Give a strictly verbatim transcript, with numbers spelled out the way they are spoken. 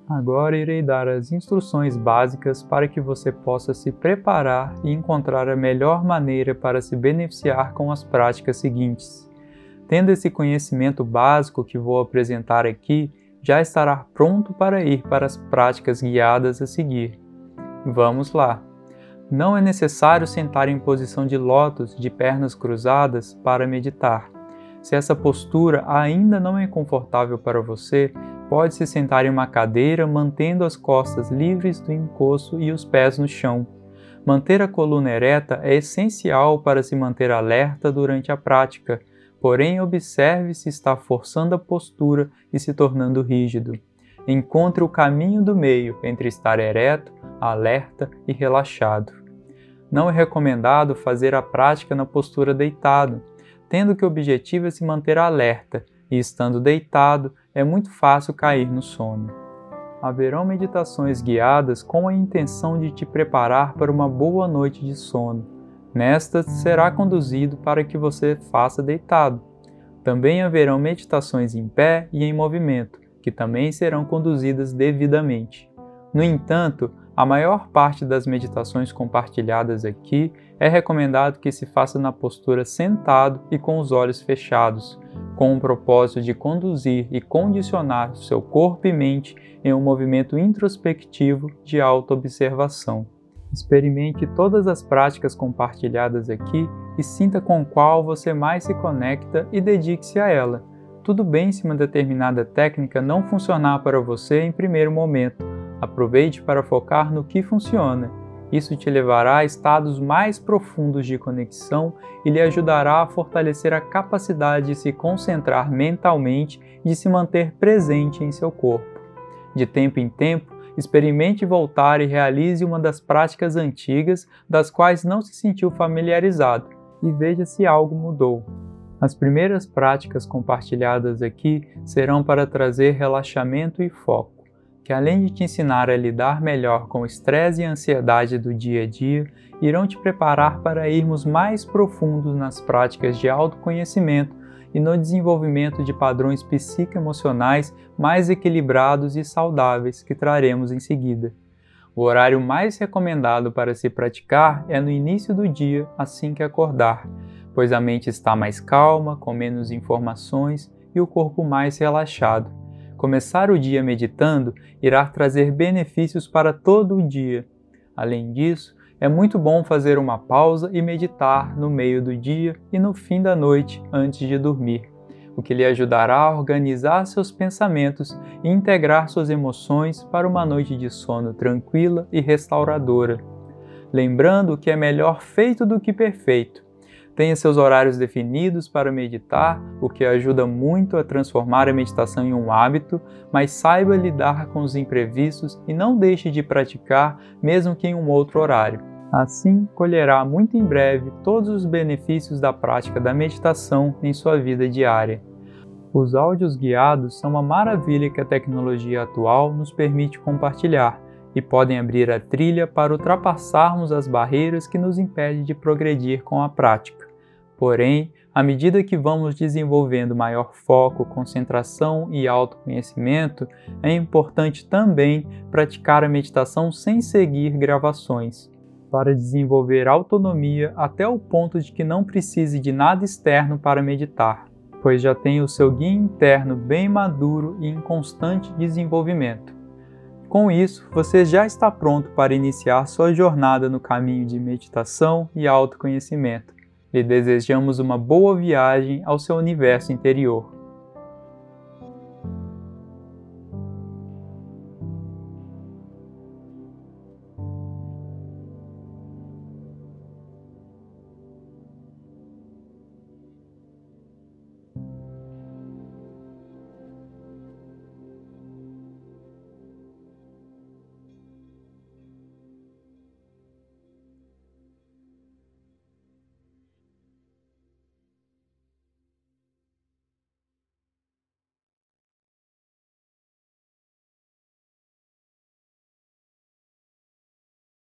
Agora irei dar as instruções básicas para que você possa se preparar e encontrar a melhor maneira para se beneficiar com as práticas seguintes. Tendo esse conhecimento básico que vou apresentar aqui, já estará pronto para ir para as práticas guiadas a seguir. Vamos lá! Não é necessário sentar em posição de lótus de pernas cruzadas para meditar. Se essa postura ainda não é confortável para você, pode se sentar em uma cadeira mantendo as costas livres do encosto e os pés no chão. Manter a coluna ereta é essencial para se manter alerta durante a prática, porém observe se está forçando a postura e se tornando rígido. Encontre o caminho do meio entre estar ereto, alerta e relaxado. Não é recomendado fazer a prática na postura deitado, tendo que o objetivo é se manter alerta, e estando deitado, é muito fácil cair no sono. Haverão meditações guiadas com a intenção de te preparar para uma boa noite de sono. Nestas, será conduzido para que você faça deitado. Também haverão meditações em pé e em movimento, que também serão conduzidas devidamente. No entanto, a maior parte das meditações compartilhadas aqui é recomendado que se faça na postura sentado e com os olhos fechados, com o propósito de conduzir e condicionar seu corpo e mente em um movimento introspectivo de autoobservação. Experimente todas as práticas compartilhadas aqui e sinta com qual você mais se conecta e dedique-se a ela. Tudo bem se uma determinada técnica não funcionar para você em primeiro momento. Aproveite para focar no que funciona. Isso te levará a estados mais profundos de conexão e lhe ajudará a fortalecer a capacidade de se concentrar mentalmente e de se manter presente em seu corpo. De tempo em tempo, experimente voltar e realize uma das práticas antigas das quais não se sentiu familiarizado e veja se algo mudou. As primeiras práticas compartilhadas aqui serão para trazer relaxamento e foco, que além de te ensinar a lidar melhor com o estresse e a ansiedade do dia a dia, irão te preparar para irmos mais profundos nas práticas de autoconhecimento e no desenvolvimento de padrões psicoemocionais mais equilibrados e saudáveis que traremos em seguida. O horário mais recomendado para se praticar é no início do dia, assim que acordar, pois a mente está mais calma, com menos informações e o corpo mais relaxado. Começar o dia meditando irá trazer benefícios para todo o dia. Além disso, é muito bom fazer uma pausa e meditar no meio do dia e no fim da noite antes de dormir, o que lhe ajudará a organizar seus pensamentos e integrar suas emoções para uma noite de sono tranquila e restauradora. Lembrando que é melhor feito do que perfeito. Tenha seus horários definidos para meditar, o que ajuda muito a transformar a meditação em um hábito, mas saiba lidar com os imprevistos e não deixe de praticar, mesmo que em um outro horário. Assim, colherá muito em breve todos os benefícios da prática da meditação em sua vida diária. Os áudios guiados são uma maravilha que a tecnologia atual nos permite compartilhar e podem abrir a trilha para ultrapassarmos as barreiras que nos impedem de progredir com a prática. Porém, à medida que vamos desenvolvendo maior foco, concentração e autoconhecimento, é importante também praticar a meditação sem seguir gravações, para desenvolver autonomia até o ponto de que não precise de nada externo para meditar, pois já tem o seu guia interno bem maduro e em constante desenvolvimento. Com isso, você já está pronto para iniciar sua jornada no caminho de meditação e autoconhecimento. Lhe desejamos uma boa viagem ao seu universo interior.